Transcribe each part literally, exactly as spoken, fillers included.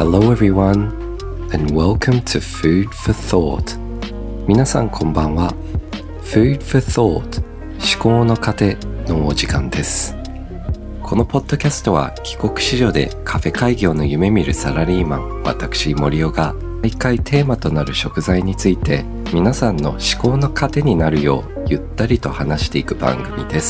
Hello everyone and welcome to Food for Thought。 皆さんこんばんは。 Food for Thought 思考の糧のお時間です。このポッドキャストは帰国子女でカフェ開業の夢見るサラリーマン私森尾が毎回テーマとなる食材について皆さんの思考の糧になるようゆったりと話していく番組です。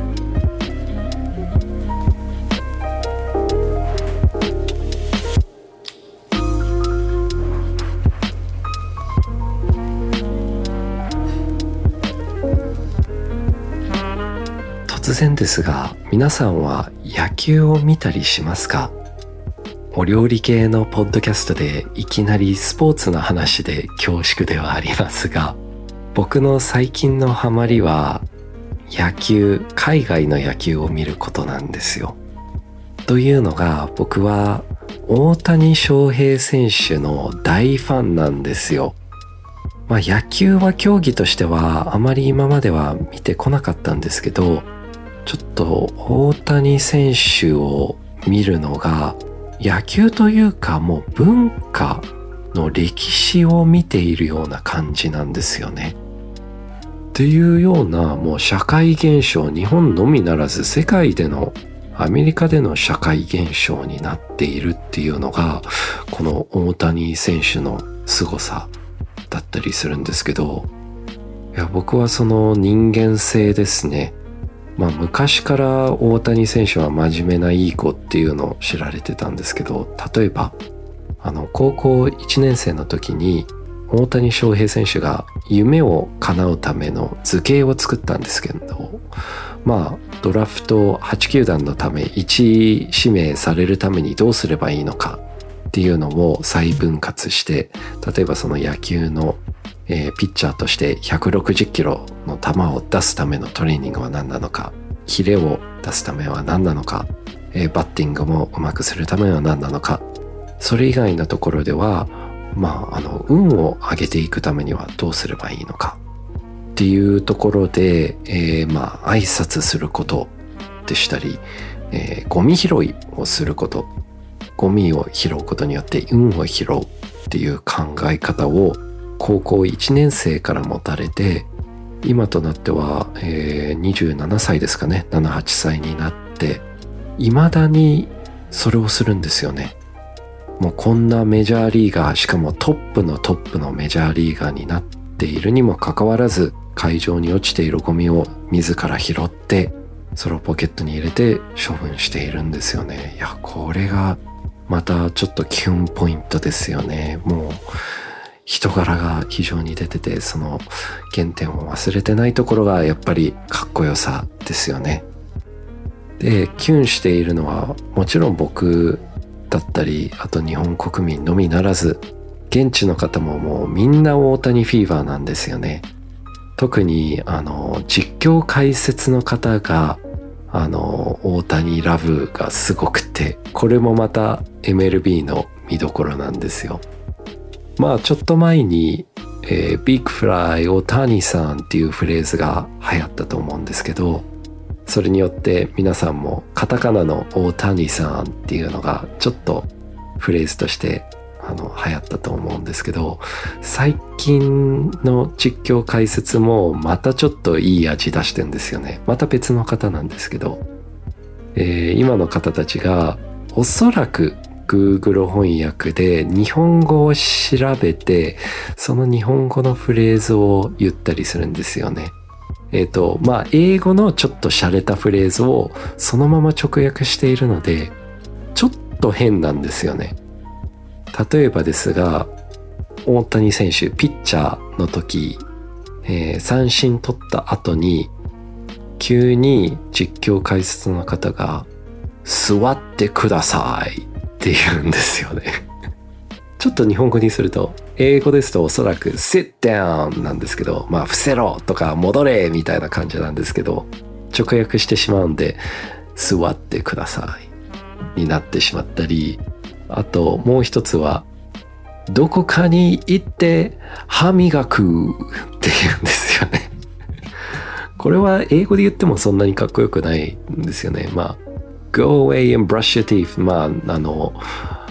突然ですが、皆さんは野球を見たりしますか？お料理系のポッドキャストでいきなりスポーツの話で恐縮ではありますが、僕の最近のハマりは野球、海外の野球を見ることなんですよ。というのが、僕は大谷翔平選手の大ファンなんですよ。まあ野球は競技としてはあまり今までは見てこなかったんですけど、ちょっと大谷選手を見るのが野球というかもう文化の歴史を見ているような感じなんですよね。っていうようなもう社会現象、日本のみならず世界でのアメリカでの社会現象になっているっていうのがこの大谷選手の凄さだったりするんですけど、いや僕はその人間性ですね。まあ昔から大谷選手は真面目ないい子っていうのを知られてたんですけど、例えばあの高校いちねん生の時に大谷翔平選手が夢を叶うための図形を作ったんですけど、まあドラフトはち球団のためいち指名されるためにどうすればいいのかっていうのを細分割して、例えばその野球のえー、ピッチャーとしてひゃくろくじゅっキロの球を出すためのトレーニングは何なのか、キレを出すためは何なのか、えー、バッティングもうまくするためは何なのか、それ以外のところではまああの運を上げていくためにはどうすればいいのかっていうところで、えー、まあ挨拶することでしたり、えー、ゴミ拾いをすること、ゴミを拾うことによって運を拾うっていう考え方を高校いちねん生から持たれて、今となっては、えー、にじゅうななさいですかね、ななはっさいになって未だにそれをするんですよね。もうこんなメジャーリーガー、しかもトップのトップのメジャーリーガーになっているにもかかわらず、会場に落ちているゴミを自ら拾ってそれをポケットに入れて処分しているんですよね。いやこれがまたちょっとキュンポイントですよね。もう人柄が非常に出てて、その原点を忘れてないところがやっぱりかっこよさですよね。で、キュンしているのはもちろん僕だったり、あと日本国民のみならず、現地の方ももうみんな大谷フィーバーなんですよね。特にあの実況解説の方があの大谷ラブがすごくて、これもまた エムエルビー の見どころなんですよ。まあちょっと前に、えー、ビッグフライ大谷さんっていうフレーズが流行ったと思うんですけど、それによって皆さんもカタカナの大谷さんっていうのがちょっとフレーズとしてあの流行ったと思うんですけど、最近の実況解説もまたちょっといい味出してるんですよね。また別の方なんですけど、えー、今の方たちがおそらくGoogle 翻訳で日本語を調べて、その日本語のフレーズを言ったりするんですよね。えっと、まあ、英語のちょっと洒落たフレーズをそのまま直訳しているので、ちょっと変なんですよね。例えばですが、大谷選手、ピッチャーの時、えー、三振取った後に、急に実況解説の方が、座ってくださいって言うんですよね。ちょっと日本語にすると、英語ですとおそらく sit down なんですけど、まあ伏せろとか戻れみたいな感じなんですけど、直訳してしまうんで座ってくださいになってしまったり、あともう一つはどこかに行って歯磨くって言うんですよね。これは英語で言ってもそんなにかっこよくないんですよね。まあ go away and brush your teeth、 まああの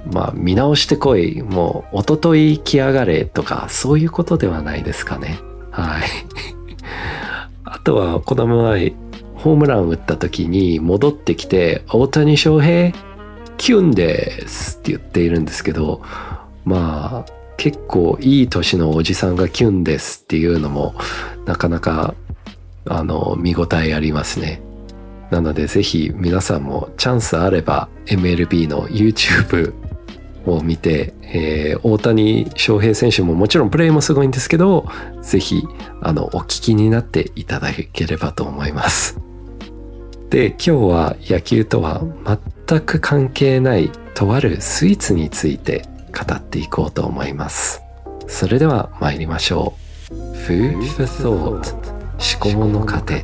まあ見直してこい、もう一昨日来やがれとかそういうことではないですかね。はい。あとはこの前ホームラン打った時に戻ってきて大谷翔平キュンですって言っているんですけど、まあ結構いい年のおじさんがキュンですっていうのもなかなかあの見応えありますね。なのでぜひ皆さんもチャンスあれば エムエルビー の YouTube を見て、えー、大谷翔平選手ももちろんプレーもすごいんですけど、ぜひあのお聞きになっていただければと思います。で、今日は野球とは全く関係ないとあるスイーツについて語っていこうと思います。それでは参りましょう。 Food for Thought 思考の過程。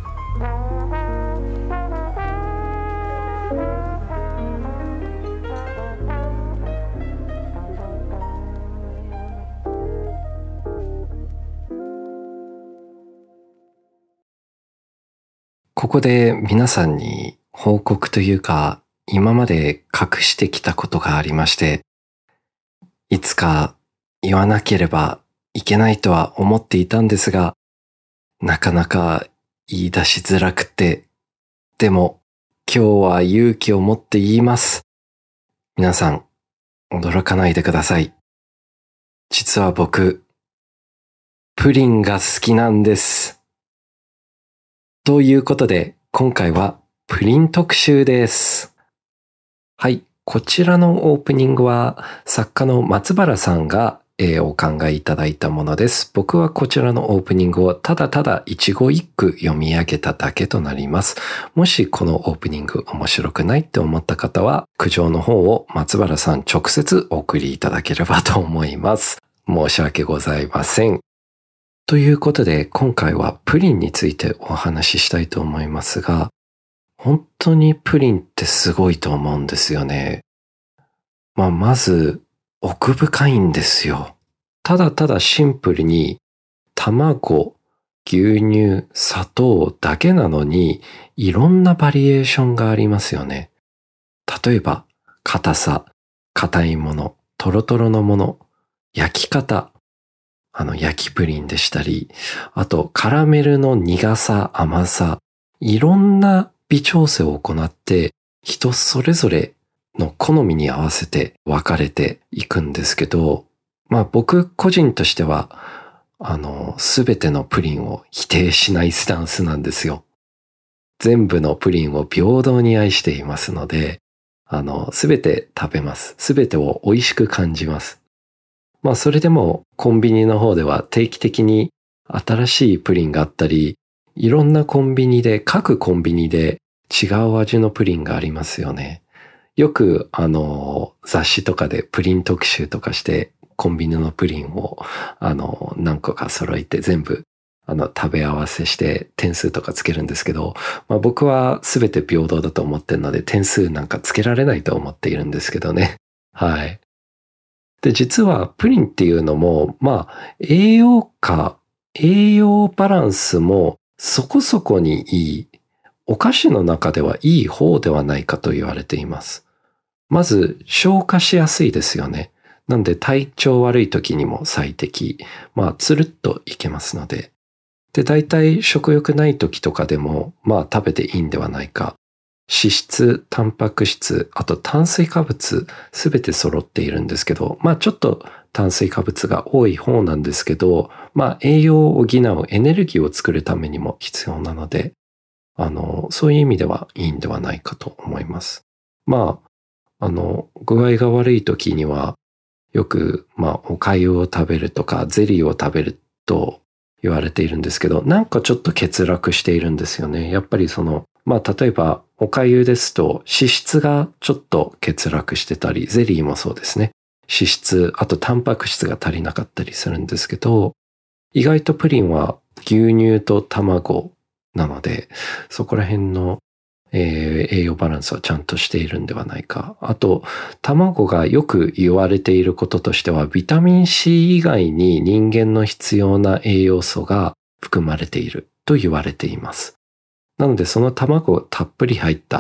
ここで皆さんに報告というか、今まで隠してきたことがありまして、いつか言わなければいけないとは思っていたんですが、なかなか言い出しづらくて、でも今日は勇気を持って言います。皆さん、驚かないでください。実は僕、プリンが好きなんです。ということで、今回はプリン特集です。はい、こちらのオープニングは作家の松原さんが、えー、お考えいただいたものです。僕はこちらのオープニングをただただ一語一句読み上げただけとなります。もしこのオープニング面白くないって思った方は、苦情の方を松原さん直接お送りいただければと思います。申し訳ございません。ということで、今回はプリンについてお話ししたいと思いますが、本当にプリンってすごいと思うんですよね。まあ、まず、奥深いんですよ。ただただシンプルに、卵、牛乳、砂糖だけなのに、いろんなバリエーションがありますよね。例えば、硬さ、硬いもの、トロトロのもの、焼き方、あの焼きプリンでしたり、あとカラメルの苦さ、甘さ、いろんな微調整を行って人それぞれの好みに合わせて分かれていくんですけど、まあ僕個人としてはあのすべてのプリンを否定しないスタンスなんですよ。全部のプリンを平等に愛していますので、あのすべて食べます。すべてを美味しく感じます。まあそれでもコンビニの方では定期的に新しいプリンがあったり、いろんなコンビニで、各コンビニで違う味のプリンがありますよね。よくあの雑誌とかでプリン特集とかしてコンビニのプリンをあの何個か揃えて全部あの食べ合わせして点数とかつけるんですけど、まあ僕は全て平等だと思ってるので点数なんかつけられないと思っているんですけどね。はい。で、実はプリンっていうのも、まあ、栄養価、栄養バランスもそこそこにいい、お菓子の中ではいい方ではないかと言われています。まず、消化しやすいですよね。なんで体調悪い時にも最適。まあ、つるっといけますので。で、大体食欲ない時とかでも、まあ、食べていいんではないか。脂質、タンパク質、あと炭水化物、すべて揃っているんですけど、まあちょっと炭水化物が多い方なんですけど、まあ栄養を補うエネルギーを作るためにも必要なので、あの、そういう意味ではいいんではないかと思います。まあ、あの、具合が悪い時には、よく、まあ、お粥を食べるとか、ゼリーを食べると言われているんですけど、なんかちょっと欠落しているんですよね。やっぱりその、まあ例えばお粥ですと脂質がちょっと欠落してたり、ゼリーもそうですね。脂質、あとタンパク質が足りなかったりするんですけど、意外とプリンは牛乳と卵なので、そこら辺の、えー、栄養バランスはちゃんとしているんではないか。あと、卵がよく言われていることとしては、ビタミン C 以外に人間の必要な栄養素が含まれていると言われています。なのでその卵たっぷり入った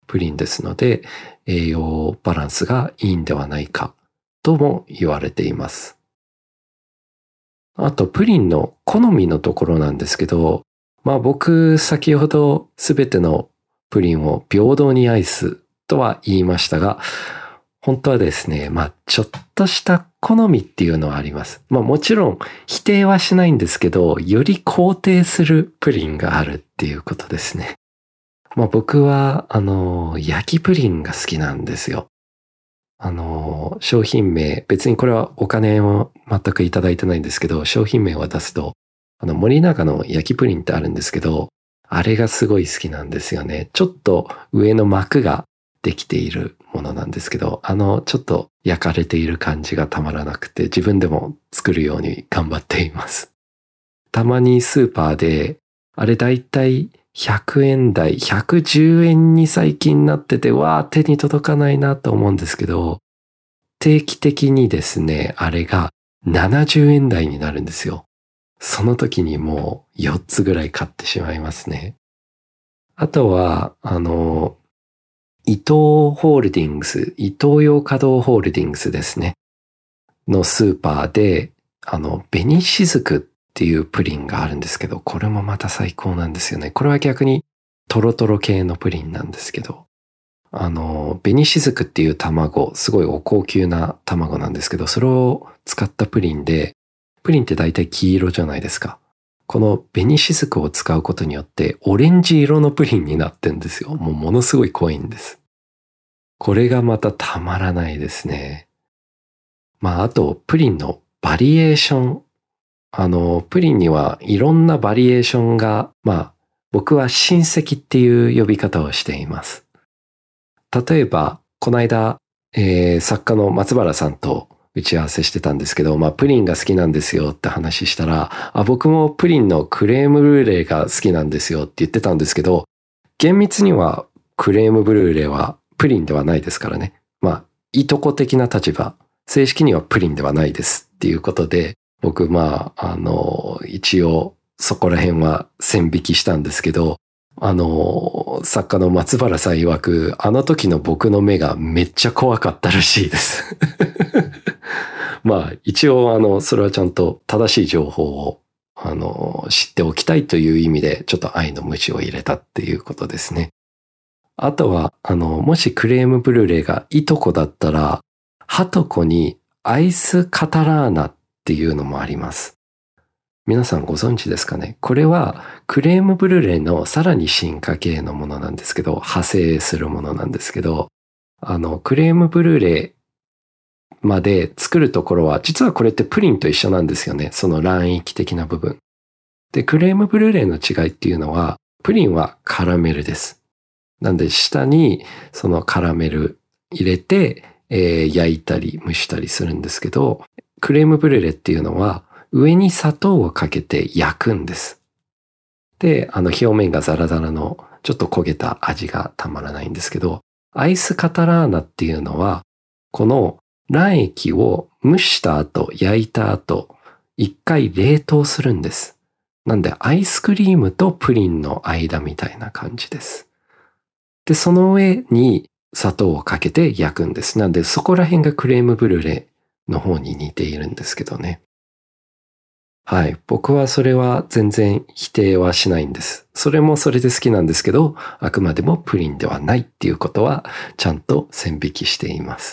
プリンですので、栄養バランスがいいんではないかとも言われています。あと、プリンの好みのところなんですけど、まあ僕、先ほどすべてのプリンを平等に愛すとは言いましたが、本当はですね、まあちょっとした好みっていうのはあります。まあもちろん否定はしないんですけど、より肯定するプリンがあるっていうことですね。まあ僕は、あの、焼きプリンが好きなんですよ。あの、商品名、別にこれはお金を全くいただいてないんですけど、商品名を出すと、あの、森永の焼きプリンってあるんですけど、あれがすごい好きなんですよね。ちょっと上の膜ができているものなんですけど、あの、ちょっと焼かれている感じがたまらなくて、自分でも作るように頑張っています。たまにスーパーで、あれだいたいひゃくえん台、ひゃくじゅうえんに最近なってて、わー手に届かないなと思うんですけど、定期的にですね、あれがななじゅうえん台になるんですよ。その時にもうよっつぐらい買ってしまいますね。あとは、あの、伊東ホールディングス、伊東洋華堂ホールディングスですね。のスーパーで、あの、紅しずくっていうプリンがあるんですけど、これもまた最高なんですよね。これは逆にトロトロ系のプリンなんですけど、あの、紅しずくっていう卵、すごいお高級な卵なんですけど、それを使ったプリンで、プリンって大体黄色じゃないですか。この紅しずくを使うことによって、オレンジ色のプリンになってんですよ。もうものすごい濃いんです。これがまたたまらないですね。まあ、あと、プリンのバリエーション。あの、プリンにはいろんなバリエーションが、まあ、僕は親戚っていう呼び方をしています。例えば、この間、えー、作家の松原さんと打ち合わせしてたんですけど、まあ、プリンが好きなんですよって話したら、あ、僕もプリンのクレームブルーレイが好きなんですよって言ってたんですけど、厳密にはクレームブルーレイはプリンではないですからね。まあ、いとこ的な立場、正式にはプリンではないですっていうことで、僕、まあ、あの、一応そこら辺は線引きしたんですけど、あの、作家の松原さん曰く、あの時の僕の目がめっちゃ怖かったらしいです。まあ、一応、あの、それはちゃんと正しい情報を、あの、知っておきたいという意味で、ちょっと愛の鞭を入れたっていうことですね。あとは、あの、もしクレームブルーレイがいとこだったら、はとこにアイスカタラーナっていうのもあります。皆さんご存知ですかね？これはクレームブルーレイのさらに進化系のものなんですけど、派生するものなんですけど、あの、クレームブルーレイまで作るところは、実はこれってプリンと一緒なんですよね。その卵液的な部分。で、クレームブルーレイの違いっていうのは、プリンはカラメルです。なんで下にそのカラメル入れて、えー、焼いたり蒸したりするんですけど、クレームブルーレイっていうのは、上に砂糖をかけて焼くんです。で、あの表面がザラザラのちょっと焦げた味がたまらないんですけど、アイスカタラーナっていうのは、この卵液を蒸した後、焼いた後、一回冷凍するんです。なんでアイスクリームとプリンの間みたいな感じです。で、その上に砂糖をかけて焼くんです。なんでそこら辺がクレームブルーレイの方に似ているんですけどね。はい。僕はそれは全然否定はしないんです。それもそれで好きなんですけど、あくまでもプリンではないっていうことはちゃんと線引きしています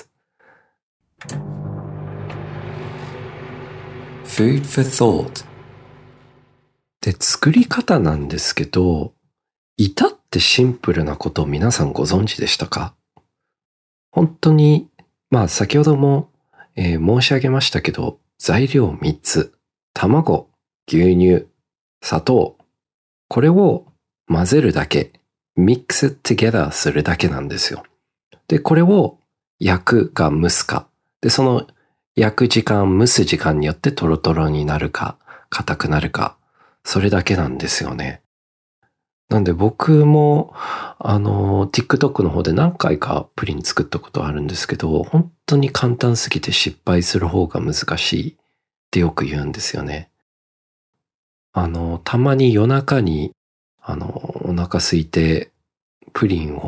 。Food for thought で、作り方なんですけど、至ってシンプルなことを皆さんご存知でしたか？本当に、まあ先ほども、えー、申し上げましたけど、材料みっつ。卵、牛乳、砂糖。これを混ぜるだけ。mix together するだけなんですよ。で、これを焼くか蒸すか。で、その焼く時間、蒸す時間によってトロトロになるか、硬くなるか。それだけなんですよね。なんで僕も、あの、TikTok の方で何回かプリン作ったことあるんですけど、本当に簡単すぎて失敗する方が難しいってよく言うんですよね。あの、たまに夜中に、あの、お腹空いてプリンを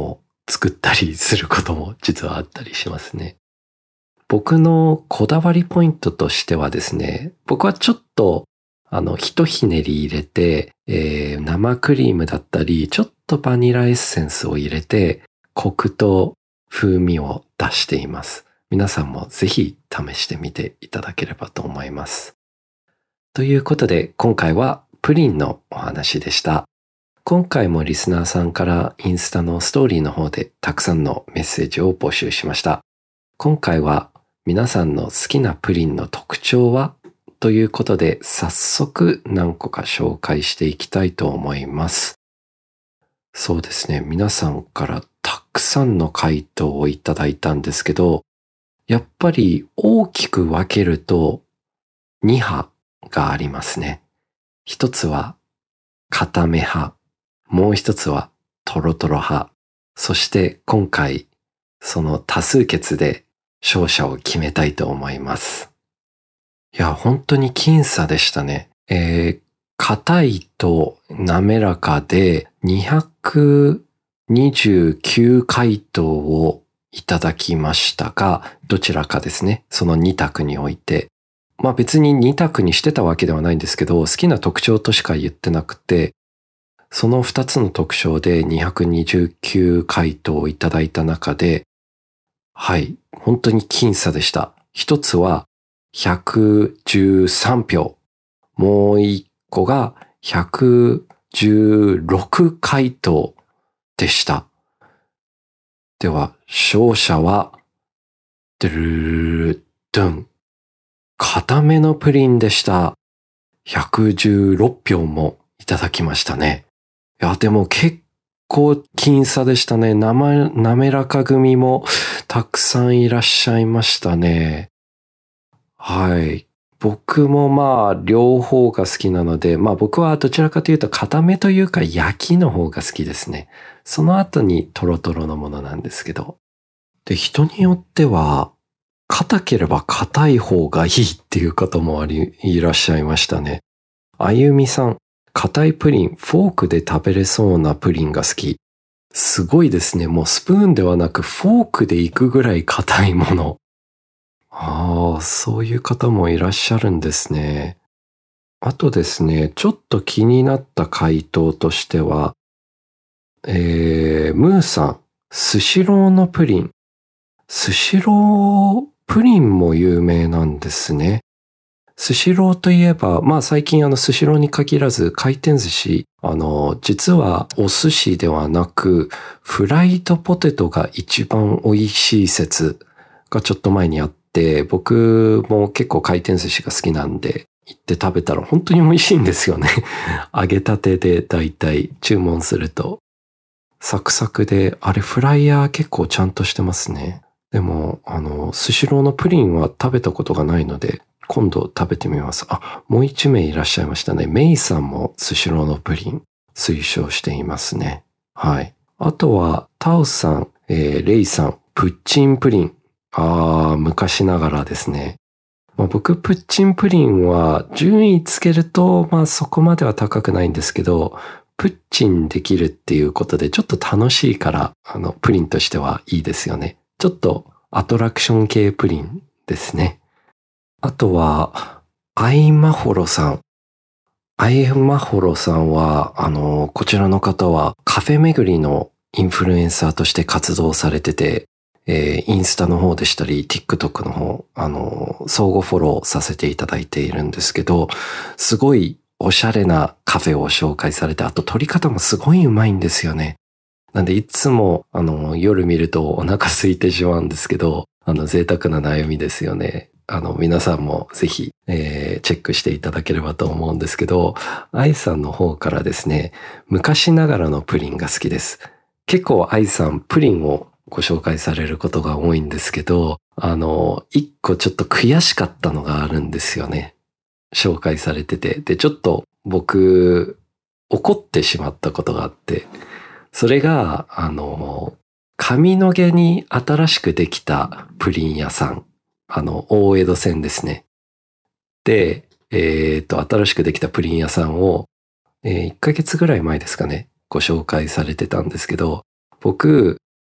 作ったりすることも実はあったりしますね。僕のこだわりポイントとしてはですね、僕はちょっとあの、ひとひねり入れて、えー、生クリームだったり、ちょっとバニラエッセンスを入れて、コクと風味を出しています。皆さんもぜひ試してみていただければと思います。ということで、今回はプリンのお話でした。今回もリスナーさんからインスタのストーリーの方でたくさんのメッセージを募集しました。今回は皆さんの好きなプリンの特徴はということで、早速何個か紹介していきたいと思います。そうですね、皆さんからたくさんの回答をいただいたんですけど、やっぱり大きく分けるとに派がありますね。一つは固め派、もう一つはトロトロ派、そして今回その多数決で勝者を決めたいと思います。いや、本当に僅差でしたね。えー、硬いと滑らかでにひゃくにじゅうきゅう回答をいただきましたが、どちらかですね。そのに択において。まあ別にに択にしてたわけではないんですけど、好きな特徴としか言ってなくて、そのふたつの特徴でにひゃくにじゅうきゅう回答をいただいた中で、はい、本当に僅差でした。一つはひゃくじゅうさん票。もう一個がひゃくじゅうろく回答でした。では、勝者は、ドゥルルドゥン。固めのプリンでした。ひゃくじゅうろく票もいただきましたね。いや、でも結構僅差でしたね。なま、滑らか組もたくさんいらっしゃいましたね。はい。僕もまあ両方が好きなので、まあ僕はどちらかというと固めというか焼きの方が好きですね。その後にトロトロのものなんですけど。で、人によっては硬ければ硬い方がいいっていう方もあり、いらっしゃいましたね。あゆみさん、硬いプリン、フォークで食べれそうなプリンが好き。すごいですね。もうスプーンではなくフォークでいくぐらい硬いもの。ああ、そういう方もいらっしゃるんですね。あとですね、ちょっと気になった回答としては、えー、ムーさん、スシローのプリン。スシロープリンも有名なんですね。スシローといえば、まあ最近あのスシローに限らず回転寿司、あの、実はお寿司ではなく、フライドポテトが一番美味しい説がちょっと前にあって、僕も結構回転寿司が好きなんで、行って食べたら本当に美味しいんですよね。揚げたてでだいたい注文すると。サクサクで、あれフライヤー結構ちゃんとしてますね。でも、あの、スシローのプリンは食べたことがないので、今度食べてみます。あ、もう一名いらっしゃいましたね。メイさんもスシローのプリン推奨していますね。はい。あとは、タオさん、えー、レイさん、プッチンプリン。あー、昔ながらですね。まあ、僕、プッチンプリンは順位つけると、まあそこまでは高くないんですけど、プッチンできるっていうことでちょっと楽しいから、あの、プリンとしてはいいですよね。ちょっとアトラクション系プリンですね。あとは、アイマホロさん。アイマホロさんは、あの、こちらの方はカフェ巡りのインフルエンサーとして活動されてて、えー、インスタの方でしたり、TikTok の方、あの、相互フォローさせていただいているんですけど、すごいおしゃれなカフェを紹介されて、あと撮り方もすごいうまいんですよね。なんでいつも、あの、夜見るとお腹空いてしまうんですけど、あの、贅沢な悩みですよね。あの、皆さんもぜひ、えー、チェックしていただければと思うんですけど、愛さんの方からですね、昔ながらのプリンが好きです。結構愛さん、プリンをご紹介されることが多いんですけど、あの、一個ちょっと悔しかったのがあるんですよね。紹介されてて。で、ちょっと僕、怒ってしまったことがあって、それが、あの、上野毛に新しくできたプリン屋さん。あの、大江戸線ですね。で、えっと、新しくできたプリン屋さんを、えー、いっかげつぐらい前ですかね、ご紹介されてたんですけど、僕、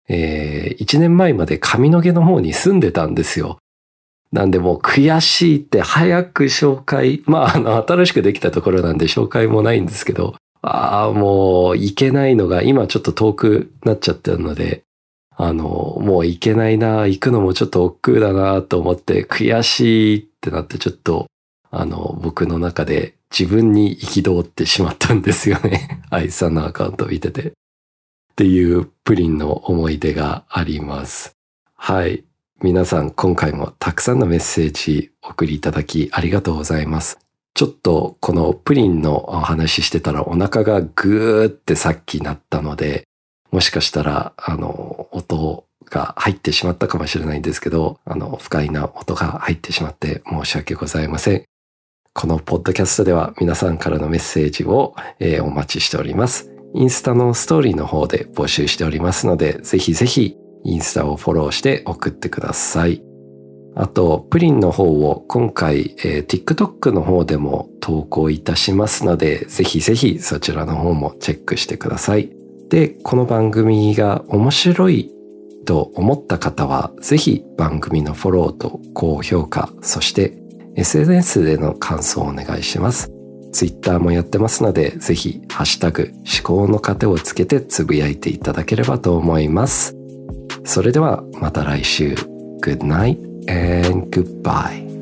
えー、いちねんまえまで上野毛の方に住んでたんですよ。なんでもう悔しいって早く紹介、まああの新しくできたところなんで紹介もないんですけど、ああもう行けないのが今ちょっと遠くなっちゃってるので、あのもう行けないな、行くのもちょっと億劫だなと思って悔しいってなってちょっとあの僕の中で自分に憤ってしまったんですよね。アイさんのアカウントを見てて。っていうプリンの思い出があります。はい。皆さん今回もたくさんのメッセージお送りいただきありがとうございます。ちょっとこのプリンのお話ししてたらお腹がグーってさっきなったので、もしかしたらあの音が入ってしまったかもしれないんですけど、あの不快な音が入ってしまって申し訳ございません。このポッドキャストでは皆さんからのメッセージを、えー、お待ちしております。インスタのストーリーの方で募集しておりますので、ぜひぜひインスタをフォローして送ってください。あと、プリンの方を今回、えー、TikTok の方でも投稿いたしますので、ぜひぜひそちらの方もチェックしてください。で、この番組が面白いと思った方は、ぜひ番組のフォローと高評価、そして エスエヌエス での感想をお願いします。ツイッターもやってますので、ぜひ、ハッシュタグ、思考の糧をつけてつぶやいていただければと思います。それでは、また来週。Good night and goodbye.